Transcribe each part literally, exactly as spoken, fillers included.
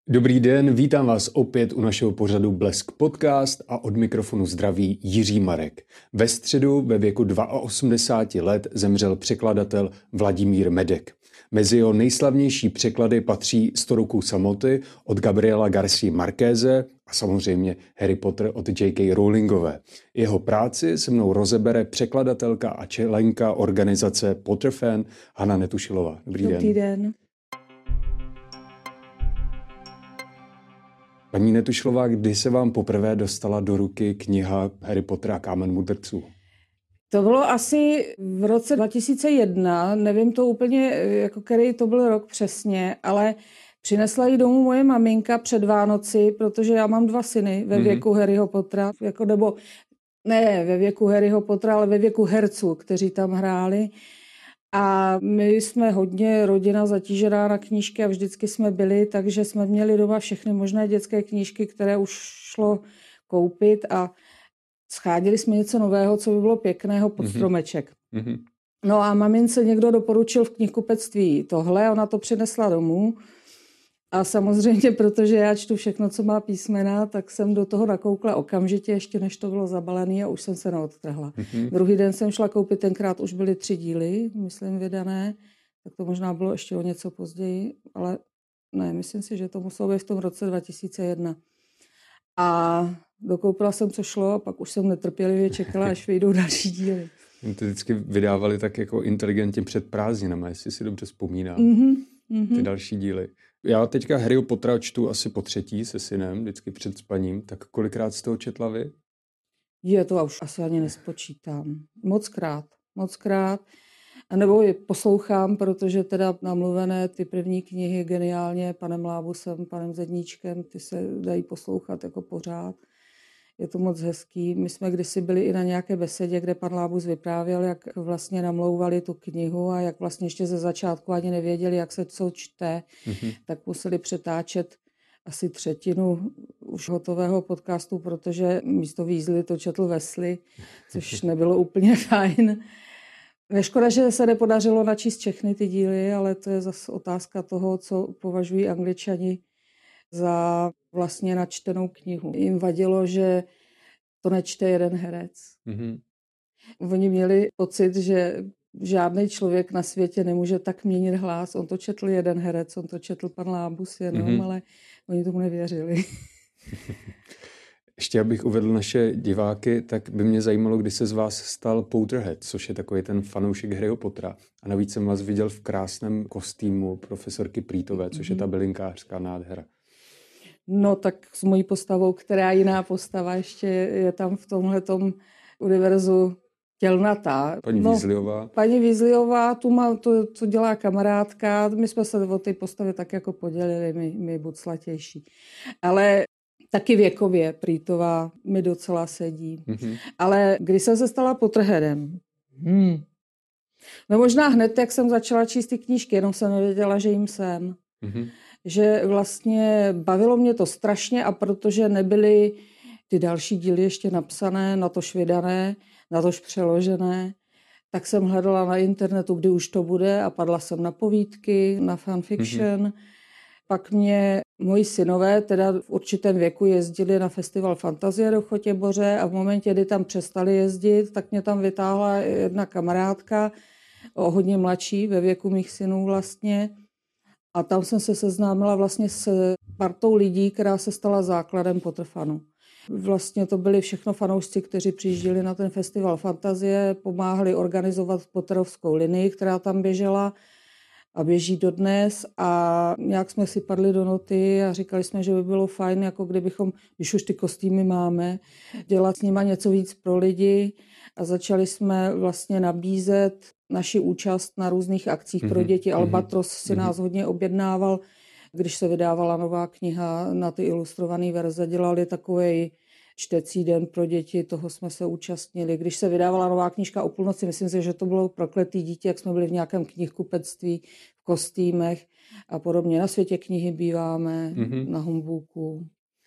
Dobrý den, vítám vás opět u našeho pořadu Blesk Podcast a od mikrofonu zdraví Jiří Marek. Ve středu ve věku osmdesáti dvou let zemřel překladatel Vladimír Medek. Mezi jeho nejslavnější překlady patří Sto roků samoty od Gabriela Garcie Marqueze a samozřejmě Harry Potter od J K Rowlingové. Jeho práci se mnou rozebere překladatelka a členka organizace Potterfan Hana Netušilová. Dobrý, Dobrý den. den. Paní Netušilová, kdy se vám poprvé dostala do ruky kniha Harry Potter a Kámen mudrců? To bylo asi v roce dva tisíce jedna, nevím to úplně, jako který to byl rok přesně, ale přinesla ji domů moje maminka před Vánoci, protože já mám dva syny ve věku mm-hmm. Harryho Pottera, jako nebo ne ve věku Harryho Pottera, ale ve věku herců, kteří tam hráli. A my jsme hodně rodina zatížená na knížky a vždycky jsme byli, takže jsme měli doma všechny možné dětské knížky, které už šlo koupit a scháděli jsme něco nového, co by bylo pěkného pod stromeček. Mm-hmm. No a mamince někdo doporučil v knihkupectví tohle, ona to přinesla domů. A samozřejmě, protože já čtu všechno, co má písmena, tak jsem do toho nakoukla okamžitě, ještě než to bylo zabalené a už jsem se neodtrhla. Mm-hmm. Druhý den jsem šla koupit, tenkrát už byly tři díly, myslím, vydané, tak to možná bylo ještě o něco později, ale ne, myslím si, že to muselo být v tom roce dva tisíce jedna. A dokoupila jsem, co šlo, a pak už jsem netrpělivě čekala, až vyjdou další díly. To vždycky vydávali tak jako inteligentně před prázdninami, jestli si dobře vzpomínám. Mm-hmm. Ty další díly. Já teďka Harryho Pottera čtu asi po třetí se synem, vždycky před spaním. Tak kolikrát jste ho četla vy? Je to už asi ani nespočítám. Mockrát, mockrát. A nebo je poslouchám, protože teda namluvené ty první knihy geniálně panem Lábusem, panem Zedníčkem, ty se dají poslouchat jako pořád. Je to moc hezký. My jsme kdysi byli i na nějaké besedě, kde pan Lábus vyprávěl, jak vlastně namlouvali tu knihu a jak vlastně ještě ze začátku ani nevěděli, jak se co čte, mm-hmm. tak museli přetáčet asi třetinu už hotového podcastu, protože místo Weasley to četl Wesley, což nebylo úplně fajn. Škoda, že se nepodařilo načíst všechny ty díly, ale to je zase otázka toho, co považují Angličani za vlastně načtenou knihu. Jim vadilo, že to nečte jeden herec. Mm-hmm. Oni měli pocit, že žádný člověk na světě nemůže tak měnit hlas. On to četl jeden herec, on to četl pan Lábus jenom, mm-hmm. ale oni tomu nevěřili. Ještě abych uvedl naše diváky, tak by mě zajímalo, kdy se z vás stal Potterhead, což je takový ten fanoušek Harryho Pottera. A navíc jsem vás viděl v krásném kostýmu profesorky Prýtové, což mm-hmm. je ta bylinkářská nádhera. No tak s mojí postavou, která jiná postava ještě je tam v tomhletom univerzu tělnatá. Paní no, Weasleyová. Paní Weasleyová, tu má, to, co dělá kamarádka. My jsme se o té postavě tak jako podělili, my, my buclatější. Ale taky věkově Prýtová mi docela sedí. Mm-hmm. Ale když jsem se stala Potterheadem? Hmm. No možná hned, jak jsem začala číst ty knížky, jenom jsem nevěděla, že jim jsem. Mm-hmm. Že vlastně bavilo mě to strašně a protože nebyly ty další díly ještě napsané, natož vydané, natož přeložené, tak jsem hledala na internetu, kdy už to bude a padla jsem na povídky, na fanfiction. Mm-hmm. Pak mě moji synové teda v určitém věku jezdili na festival Fantazie do Chotěboře a v momentě, kdy tam přestali jezdit, tak mě tam vytáhla jedna kamarádka, o hodně mladší, ve věku mých synů vlastně. A tam jsem se seznámila vlastně s partou lidí, která se stala základem Potterfanu. Vlastně to byli všechno fanoušci, kteří přijížděli na ten festival Fantazie, pomáhali organizovat Potterovskou linii, která tam běžela a běží dodnes. A nějak jsme si padli do noty a říkali jsme, že by bylo fajn, jako kdybychom, když už ty kostýmy máme, dělat s nima něco víc pro lidi. A začali jsme vlastně nabízet naši účast na různých akcích mm-hmm. pro děti. Albatros si mm-hmm. nás hodně objednával, když se vydávala nová kniha na ty ilustrované verze. Dělali takovej čtecí den pro děti, toho jsme se účastnili. Když se vydávala nová knížka o půlnoci, myslím si, že to bylo Prokletý dítě, jak jsme byli v nějakém knihkupectví, v kostýmech a podobně. Na Světě knihy býváme, mm-hmm. na Humbooku.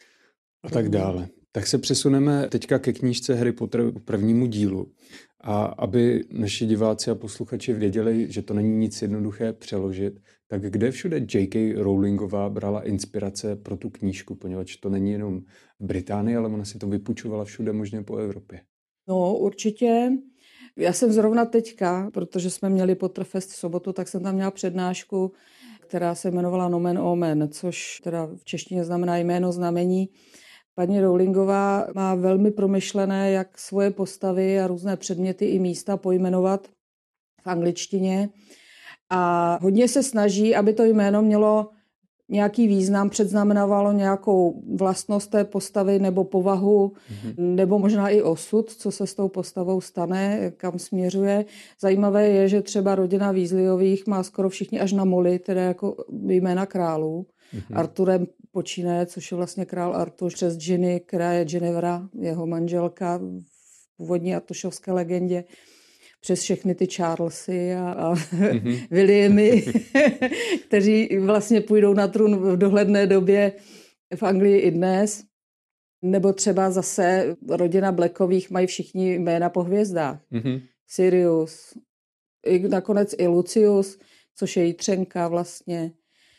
A tak dále. Tak se přesuneme teďka ke knížce Harry Potter prvnímu dílu. A aby naši diváci a posluchači věděli, že to není nic jednoduché přeložit, Tak kde všude J K. Rowlingová brala inspirace pro tu knížku, poněvadž to není jenom v Británii, ale ona si to vypůjčovala všude možně po Evropě? No určitě. Já jsem zrovna teďka, protože jsme měli Potterfest v sobotu, tak jsem tam měla přednášku, která se jmenovala Nomen Omen, což teda v češtině znamená jméno znamení. Paní Rowlingová má velmi promyšlené, jak svoje postavy a různé předměty i místa pojmenovat v angličtině. A hodně se snaží, aby to jméno mělo nějaký význam, předznamenávalo nějakou vlastnost té postavy nebo povahu, mm-hmm. nebo možná i osud, co se s tou postavou stane, kam směřuje. Zajímavé je, že třeba rodina Weasleyových má skoro všichni až na Molly, tedy jako jména králů. Mm-hmm. Arturem počínaje, což je vlastně král Artur, přes Ginny, která je Ginevra, jeho manželka v původní artušovské legendě, přes všechny ty Charlesy a, a mm-hmm. Williamy, kteří vlastně půjdou na trůn v dohledné době v Anglii i dnes. Nebo třeba zase rodina Blackových mají všichni jména po hvězdách. Mm-hmm. Sirius, i nakonec i Lucius, což je jitřenka vlastně.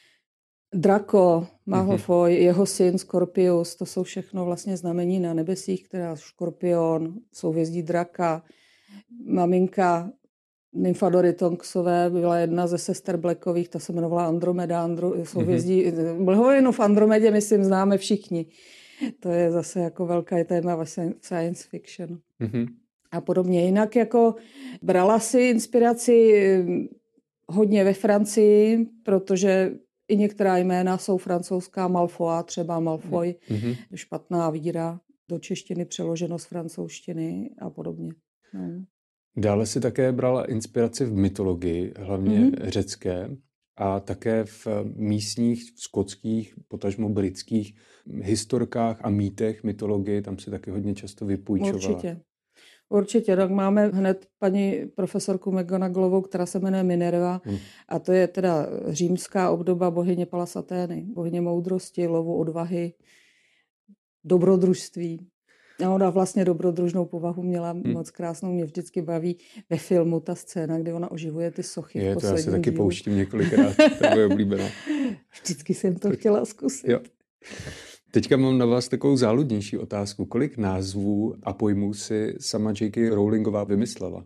Draco, Malfoy, mm-hmm. jeho syn Scorpius, to jsou všechno vlastně znamení na nebesích, která Škorpion, souhvězdí draka. Maminka Nymfadory Tonksové byla jedna ze sester Blackových, ta se jmenovala Andromeda, Andro, souhvězdí, mm-hmm. mlhovinu v Andromedě, myslím, známe všichni. To je zase jako velké téma v science fiction. Mm-hmm. A podobně. Jinak jako brala si inspiraci hodně ve Francii, protože i některá jména jsou francouzská, Malfoy, třeba Malfoy, mm-hmm. špatná víra, do češtiny přeloženo z francouzštiny a podobně. No. Dále si také brala inspiraci v mytologii, hlavně mm-hmm. řecké, a také v místních, skotských, potažmo britských historkách a mýtech mytologii, tam si taky hodně často vypůjčovala. Určitě. Určitě, tak máme hned paní profesorku McGonagallovou, která se jmenuje Minerva, hmm. a to je teda římská obdoba bohyně Pallas Athény, bohyně moudrosti, lovu, odvahy, dobrodružství. A ona vlastně dobrodružnou povahu měla hmm. moc krásnou, mě vždycky baví ve filmu ta scéna, kdy ona oživuje ty sochy je, v posledním to já si taky dílu. Pouštím několikrát, to je oblíbená. Vždycky jsem to chtěla zkusit. Jo. Teďka mám na vás takovou záludnější otázku. Kolik názvů a pojmů si sama J K. Rowlingová vymyslela?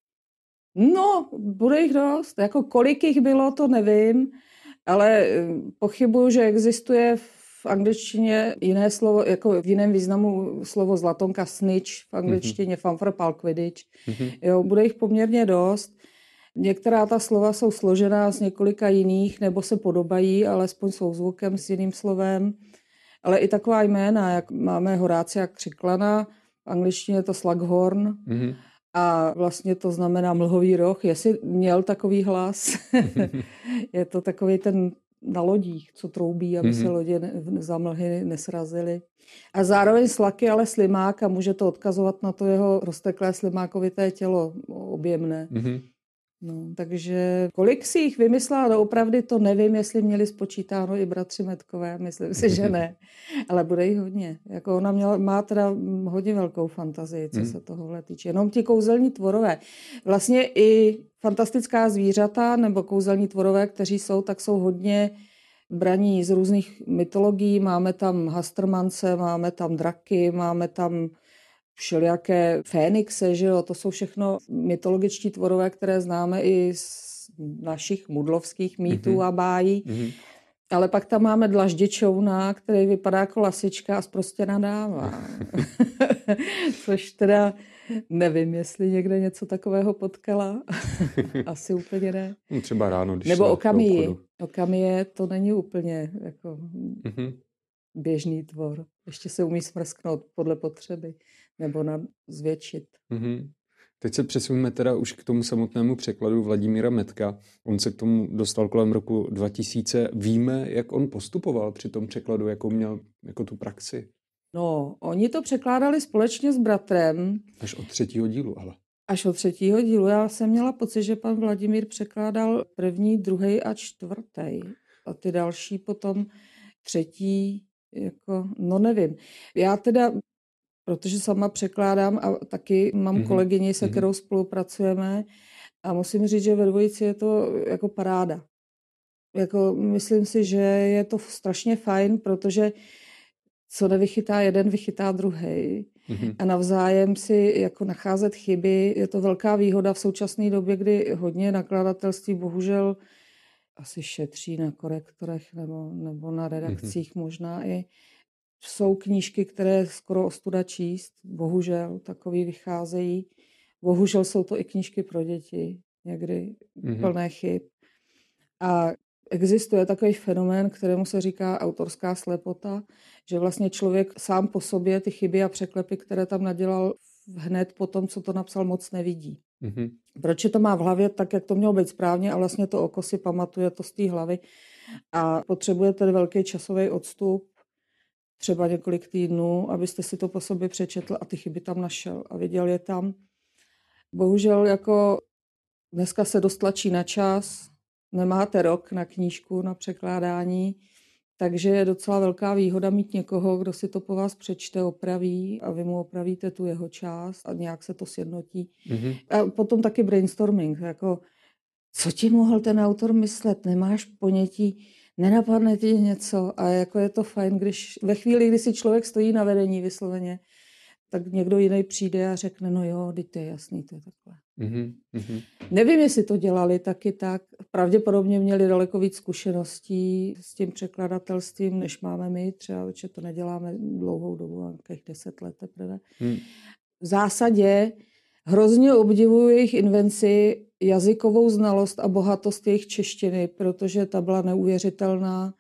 No, bude jich dost. Jako kolik jich bylo, to nevím, ale pochybuju, že existuje v angličtině jiné slovo, jako v jiném významu slovo zlatonka snitch, v angličtině mm-hmm. fanfarpal quidditch. Mm-hmm. Jo, bude jich poměrně dost. Některá ta slova jsou složená z několika jiných, nebo se podobají, alespoň souzvukem s jiným slovem. Ale i taková jména, jak máme Horácia Křiklana, v angličtině je to Slughorn, mm-hmm. a vlastně to znamená mlhový roh, jestli měl takový hlas. Je to takový ten na lodích, co troubí, aby mm-hmm. se lodě ne, za mlhy nesrazily. A zároveň Slaky, ale slimák, a může to odkazovat na to jeho rozteklé slimákovité tělo objemné. Mm-hmm. No, takže kolik si jich vymyslela, doopravdy to nevím, jestli měli spočítáno i bratři Metkové, myslím si, že ne, ale bude jich hodně. Jako ona měla, má teda hodně velkou fantazii, co hmm. se tohohle týče. Jenom ti kouzelní tvorové. Vlastně i fantastická zvířata nebo kouzelní tvorové, kteří jsou, tak jsou hodně braní z různých mytologií. Máme tam Hastrmance, máme tam draky, máme tam všelijaké fénixe, že jo, to jsou všechno mytologičtí tvorové, které známe i z našich mudlovských mýtů mm-hmm. a bájí. Mm-hmm. Ale pak tam máme Dlaždičouna, který vypadá jako lasička a prostě nadává. Což teda nevím, jestli někde něco takového potkala. Asi úplně ne. Třeba ráno, když nebo Okamii. Okamie to není úplně jako mm-hmm. běžný tvor. Ještě se umí smrsknout podle potřeby. Nebo na zvětšit. Mm-hmm. Teď se přesuneme teda už k tomu samotnému překladu Vladimíra Metka. On se k tomu dostal kolem roku dva tisíce. Víme, jak on postupoval při tom překladu, jakou měl jako tu praxi? No, oni to překládali společně s bratrem. Až od třetího dílu, ale. Až od třetího dílu. Já jsem měla pocit, že pan Vladimír překládal první, druhý a čtvrtý. A ty další potom třetí, jako, no nevím. Já teda... protože sama překládám a taky mám mm-hmm. kolegyni, se kterou spolupracujeme, a musím říct, že ve dvojici je to jako paráda. Jako, myslím si, že je to strašně fajn, protože co nevychytá jeden, vychytá druhej. Mm-hmm. A navzájem si jako nacházet chyby. Je to velká výhoda v současné době, kdy hodně nakladatelství bohužel asi šetří na korektorech nebo, nebo na redakcích mm-hmm. možná i. Jsou knížky, které skoro ostuda číst. Bohužel takový vycházejí. Bohužel jsou to i knížky pro děti. Někdy mm-hmm. plné chyb. A existuje takový fenomén, kterému se říká autorská slepota, že vlastně člověk sám po sobě ty chyby a překlepy, které tam nadělal hned po tom, co to napsal, moc nevidí. Mm-hmm. Proč to má v hlavě tak, jak to mělo být správně a vlastně to oko si pamatuje to z té hlavy a potřebuje ten velký časový odstup, třeba několik týdnů, abyste si to po sobě přečetl a ty chyby tam našel a viděl je tam. Bohužel jako dneska se dost tlačí na čas, nemáte rok na knížku, na překládání, takže je docela velká výhoda mít někoho, kdo si to po vás přečte, opraví a vy mu opravíte tu jeho část a nějak se to sjednotí. Mm-hmm. A potom taky brainstorming, jako co ti mohl ten autor myslet, nemáš ponětí, nenapadne ti něco a jako je to fajn, když ve chvíli, kdy si člověk stojí na vedení vysloveně, tak někdo jiný přijde a řekne, no jo, teď to je jasný, to je takhle. Mm-hmm. Nevím, jestli to dělali taky tak. Pravděpodobně měli daleko víc zkušeností s tím překladatelstvím, než máme my. Třeba, že to neděláme dlouhou dobu, nějakých deset let teprve. Mm. V zásadě hrozně obdivuji jejich invenci, jazykovou znalost a bohatost jejich češtiny, protože ta byla neuvěřitelná.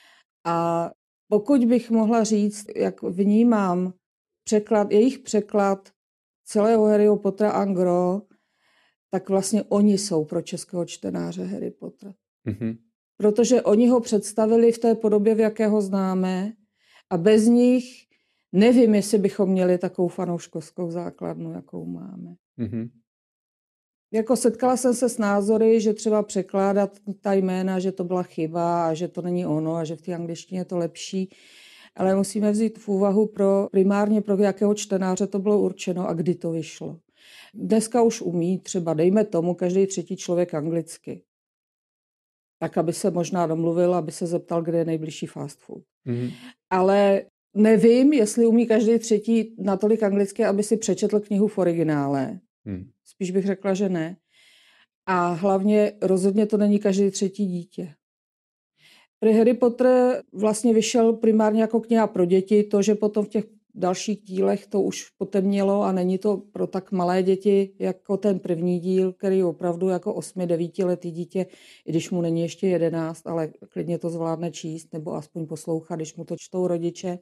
A pokud bych mohla říct, jak vnímám překlad, jejich překlad celého Harryho Pottera en gros, tak vlastně oni jsou pro českého čtenáře Harry Potter. Mm-hmm. Protože oni ho představili v té podobě, v jaké ho známe a bez nich nevím, jestli bychom měli takovou fanouškovskou základnu, jakou máme. Mm-hmm. Jako setkala jsem se s názory, že třeba překládat ta jména, že to byla chyba a že to není ono a že v té angličtině je to lepší. Ale musíme vzít v úvahu pro, primárně pro jakého čtenáře to bylo určeno a kdy to vyšlo. Dneska už umí třeba, dejme tomu, každý třetí člověk anglicky. Tak, aby se možná domluvil, aby se zeptal, kde je nejbližší fast food. Mm-hmm. Ale nevím, jestli umí každý třetí natolik anglicky, aby si přečetl knihu v originále. Mm. Spíš bych řekla, že ne. A hlavně rozhodně to není každý třetí dítě. Pro Harry Potter vlastně vyšel primárně jako kniha pro děti, to, že potom v těch dalších dílech to už potemnělo a není to pro tak malé děti jako ten první díl, který opravdu jako osmi, devítiletý dítě, i když mu není ještě jedenáct, ale klidně to zvládne číst nebo aspoň poslouchat, když mu to čtou rodiče.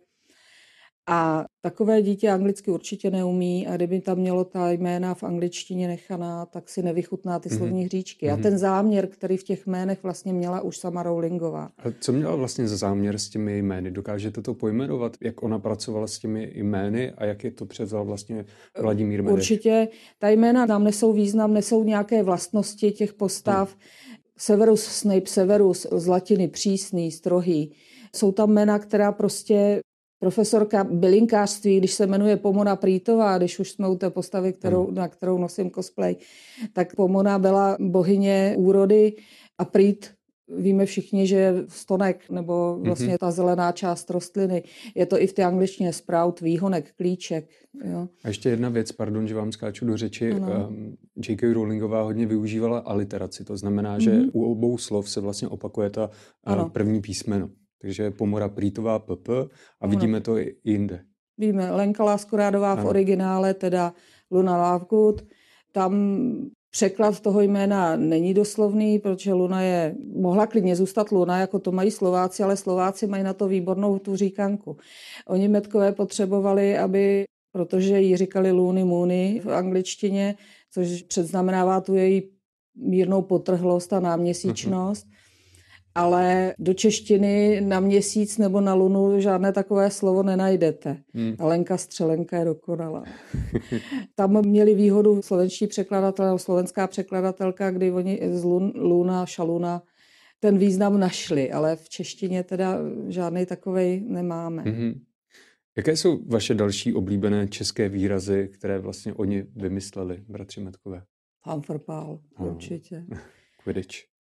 A takové dítě anglicky určitě neumí a kdyby tam mělo ta jména v angličtině nechaná, tak si nevychutná ty mm-hmm. slovní hříčky. Mm-hmm. A ten záměr, který v těch jménech vlastně měla už sama Rowlingová. A co měla vlastně za záměr s těmi jmény? Dokážete to pojmenovat, jak ona pracovala s těmi jmény a jak je to převzal vlastně Vladimír Medek? Určitě. Ta jména nám nesou význam, nesou nějaké vlastnosti těch postav. Hmm. Severus Snape, Severus, z latiny přísný, strohý. Jsou tam jména, která prostě profesorka bylinkářství, když se jmenuje Pomona Prýtová, když už jsme u té postavy, kterou, na kterou nosím cosplay, tak Pomona byla bohyně úrody a Prýt, víme všichni, že je stonek, nebo vlastně mm-hmm. ta zelená část rostliny. Je to i v té angličtině sprout, výhonek, klíček. Jo. A ještě jedna věc, pardon, že vám skáču do řeči. Um, J K. Rowlingová hodně využívala aliteraci, to znamená, mm-hmm. že u obou slov se vlastně opakuje ta uh, první písmeno. Takže Pomora Prýtová P P a vidíme to i jinde. Víme, Lenka Láskorádová v originále, teda Luna Lovegood. Tam překlad toho jména není doslovný, protože Luna je, mohla klidně zůstat Luna, jako to mají Slováci, ale Slováci mají na to výbornou tu říkanku. Oni Medkové potřebovali, aby, protože jí říkali Luny Moony v angličtině, což předznamenává tu její mírnou potrhlost a náměsíčnost, uh-huh. ale do češtiny na měsíc nebo na lunu žádné takové slovo nenajdete. Hmm. A Lenka Střelenka je dokonalá. Tam měli výhodu slovenští překladatelé, slovenská překladatelka, kdy oni z lun, luna, šaluna ten význam našli, ale v češtině teda žádný takovej nemáme. Hmm. Jaké jsou vaše další oblíbené české výrazy, které vlastně oni vymysleli, bratři Medkové? Fanfarpál, určitě. Quidditch.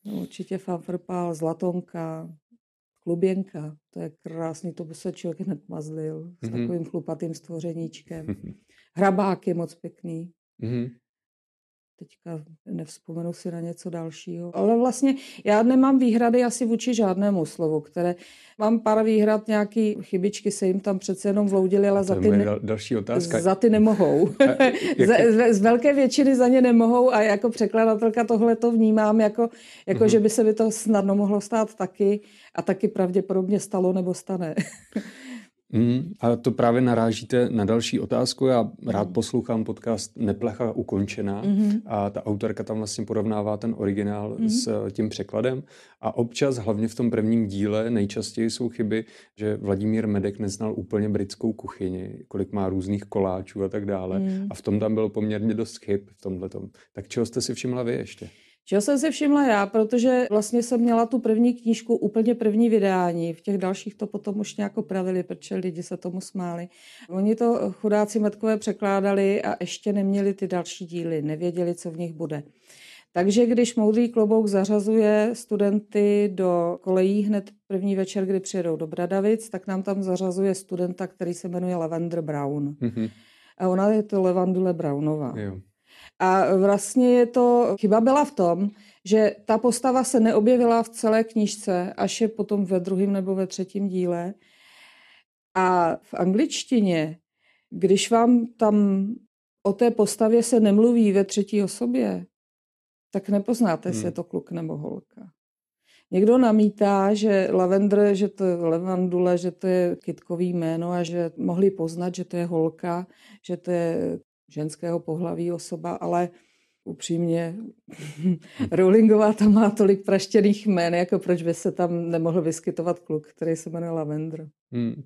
No, určitě Fanfrpál, Zlatonka, Kluběnka, to je krásný, to by se člověk hned mazlil s Mhm. takovým chlupatým stvořeníčkem. Hrabák je moc pěkný. Mhm. Teďka nevzpomenu si na něco dalšího. Ale vlastně já nemám výhrady asi vůči žádnému slovu, které mám pár výhrad, nějaký chybičky se jim tam přece jenom vloudily, ale To za je ty, moje ne, dal- další otázka. za ty nemohou. jak- z, z, z velké většiny za ně nemohou a jako překladatelka tohle to vnímám, jako, jako Mhm. že by se mi to snadno mohlo stát taky a taky pravděpodobně stalo nebo stane. Mm, a to právě narážíte na další otázku. Já rád poslouchám podcast Neplecha ukončená Mhm. a ta autorka tam vlastně porovnává ten originál Mhm. s tím překladem a občas, hlavně v tom prvním díle, nejčastěji jsou chyby, že Vladimír Medek neznal úplně britskou kuchyni, kolik má různých koláčů a tak dále Mhm. a v tom tam bylo poměrně dost chyb v tomhletom. Tak čeho jste si všimla vy ještě? Čeho jsem si všimla já, protože vlastně jsem měla tu první knížku, úplně první vydání. V těch dalších to potom už nějak opravili, protože lidi se tomu smáli. Oni to chudáci Medkové překládali a ještě neměli ty další díly, nevěděli, co v nich bude. Takže když Moudrý klobouk zařazuje studenty do kolejí hned první večer, kdy přijedou do Bradavic, tak nám tam zařazuje studenta, který se jmenuje Lavender Brown. Mhm. A ona je to Levandule Brownová. Jo. A vlastně je to, chyba byla v tom, že ta postava se neobjevila v celé knížce, až je potom ve druhém nebo ve třetím díle. A v angličtině, když vám tam o té postavě se nemluví ve třetí osobě, tak nepoznáte, jestli Hmm. je to kluk nebo holka. Někdo namítá, že Lavender, že to je Levandule, že to je kytkový jméno a že mohli poznat, že to je holka, že to je ženského pohlaví osoba, ale upřímně Rowlingová tam má tolik praštěných jmén, jako proč by se tam nemohl vyskytovat kluk, který se jmenuje Lavender. Hmm.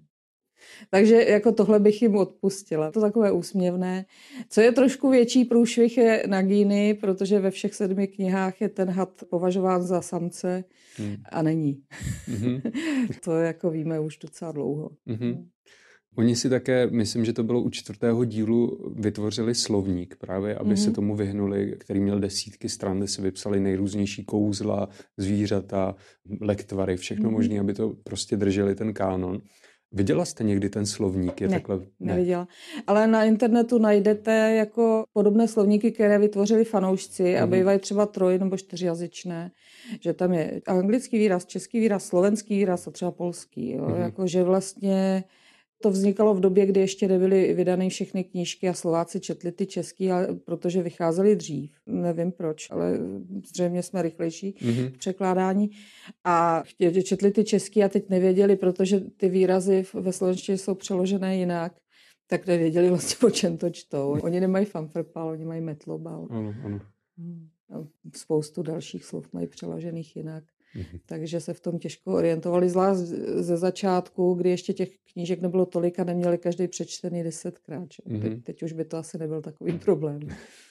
Takže jako tohle bych jim odpustila. To takové úsměvné. Co je trošku větší průšvih je Nagini, protože ve všech sedmi knihách je ten had považován za samce Hmm. a není. Mhm. To jako víme už docela dlouho. Mhm. Oni si také, myslím, že to bylo u čtvrtého dílu, vytvořili slovník právě, aby Mhm. se tomu vyhnuli, který měl desítky stran, kde si vypsali nejrůznější kouzla, zvířata, lektvary, všechno Mhm. možné, aby to prostě drželi ten kánon. Viděla jste někdy ten slovník? Je Ne, takhle... Neviděla. Ale na internetu najdete jako podobné slovníky, které vytvořili fanoušci a Mhm. bývají třeba troj- nebo čtyřjazyčné. Že tam je anglický výraz, český výraz, slovenský výraz a třeba polský. Jo? Mhm. Jako, že vlastně to vznikalo v době, kdy ještě nebyly vydané všechny knížky a Slováci četli ty český, ale protože vycházeli dřív. Nevím proč, ale zřejmě jsme rychlejší Mhm. v překládání. A chtě- četli ty český a teď nevěděli, protože ty výrazy v- ve slovenštině jsou přeložené jinak, tak nevěděli vlastně, po čem to čtou. Oni nemají fanfrpal, oni mají metlobal. Ano, ano. Hmm. A spoustu dalších slov mají přeložených jinak. Mhm. Takže se v tom těžko orientovali, zvlášť ze začátku, kdy ještě těch knížek nebylo tolik a neměli každý přečtený desetkrát. Mhm. Teď, teď už by to asi nebyl takový problém.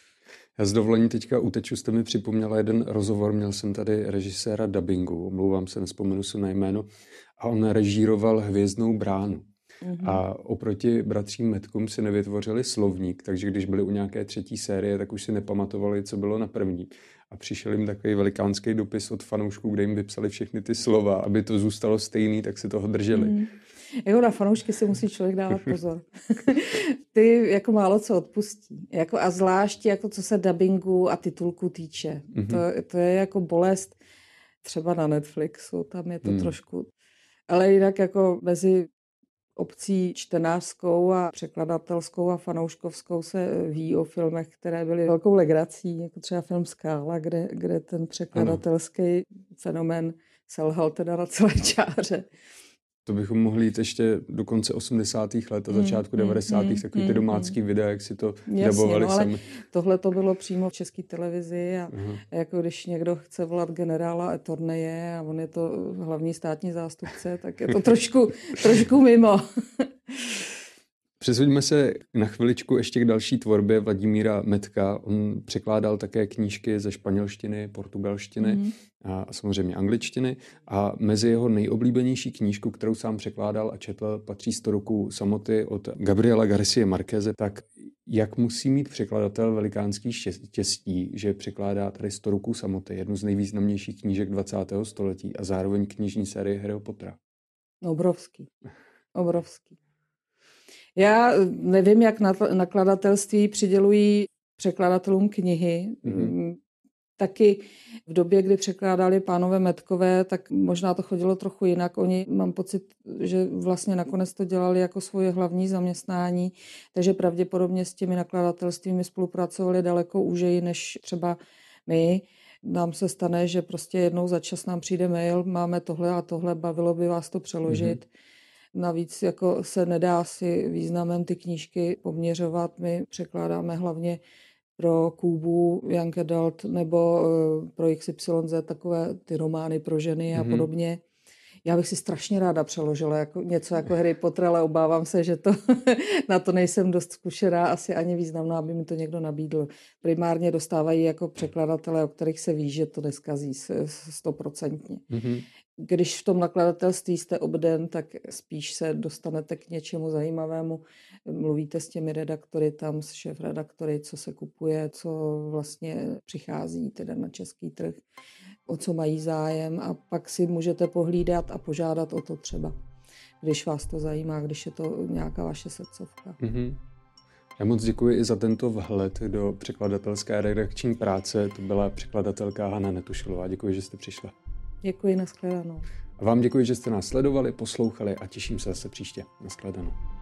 Já z dovolení teďka uteču, jste mi připomněla jeden rozhovor, měl jsem tady režiséra dabingu, omlouvám se, nespomenu se na jméno, a on režíroval Hvězdnou bránu. Mhm. A oproti bratřím Medkům si nevytvořili slovník, takže když byli u nějaké třetí série, tak už si nepamatovali, co bylo na první. A přišel jim takový velikánský dopis od fanoušků, kde jim vypsali všechny ty slova, aby to zůstalo stejný, tak si toho drželi. Mhm. Jako na fanoušky si musí člověk dávat pozor. Ty jako málo co odpustí. Jako a zvlášť jako co se dabingu a titulku týče. Mhm. To, to je jako bolest třeba na Netflixu, tam je to Hmm. trošku. Ale jinak jako mezi obcí čtenářskou a překladatelskou a fanouškovskou se ví o filmech, které byly velkou legrací, jako třeba film Skála, kde, kde ten překladatelský fenomén selhal teda na celé čáře. To bychom mohli jít ještě do konce osmdesátých let a Mm, začátku mm, devadesátých mm, takový ty mm, domácký videa, jak si to Jasně, dabovali no, ale sami. tohle to bylo přímo v České televizi a Aha. jako když někdo chce volat generála Etorneje a on je to hlavní státní zástupce, tak je to trošku, trošku mimo. Přesuňme se na chviličku ještě k další tvorbě Vladimíra Medka. On překládal také knížky ze španělštiny, portugalštiny Mhm. a samozřejmě angličtiny. A mezi jeho nejoblíbenější knížku, kterou sám překládal a četl, patří sto roků samoty od Gabriela Garcie Marqueze. Tak Jak musí mít překladatel velikánský štěstí, že překládá tady Sto ruků samoty, jednu z nejvýznamnějších knížek dvacátého století a zároveň knižní série Harryho Pottera? Obrovský. Obrovský. Já nevím, jak nakladatelství přidělují překladatelům knihy. Mm-hmm. Taky v době, kdy překládali pánové Metkové, tak možná to chodilo trochu jinak. Oni, mám pocit, že vlastně nakonec to dělali jako svoje hlavní zaměstnání, takže pravděpodobně s těmi nakladatelstvími spolupracovali daleko úžeji než třeba my. Nám se stane, že prostě jednou za čas nám přijde mail, máme tohle a tohle, bavilo by vás to přeložit. Mm-hmm. Navíc jako se nedá si významem ty knížky poměřovat. My překládáme hlavně pro Kubu, Young Adult nebo pro X Y Z, takové ty romány pro ženy a mm-hmm. podobně. Já bych si strašně ráda přeložila jako, něco jako Harry Potter, ale obávám se, že to, na to nejsem dost zkušená, asi ani významná, aby mi to někdo nabídl. Primárně dostávají jako překladatelé, o kterých se ví, že to neskazí stoprocentně. Mm-hmm. Když v tom nakladatelství jste obden, tak spíš se dostanete k něčemu zajímavému. Mluvíte s těmi redaktory tam, s šéfredaktory, co se kupuje, co vlastně přichází teda na český trh, o co mají zájem a pak si můžete pohlídat a požádat o to třeba, když vás to zajímá, když je to nějaká vaše srdcovka. Mm-hmm. Já moc děkuji i za tento vhled do překladatelské redakční práce. To byla překladatelka Hana Netušilová. Děkuji, že jste přišla. Děkuji, nashledanou. A vám děkuji, že jste nás sledovali, poslouchali a těším se zase příště. Nashledanou.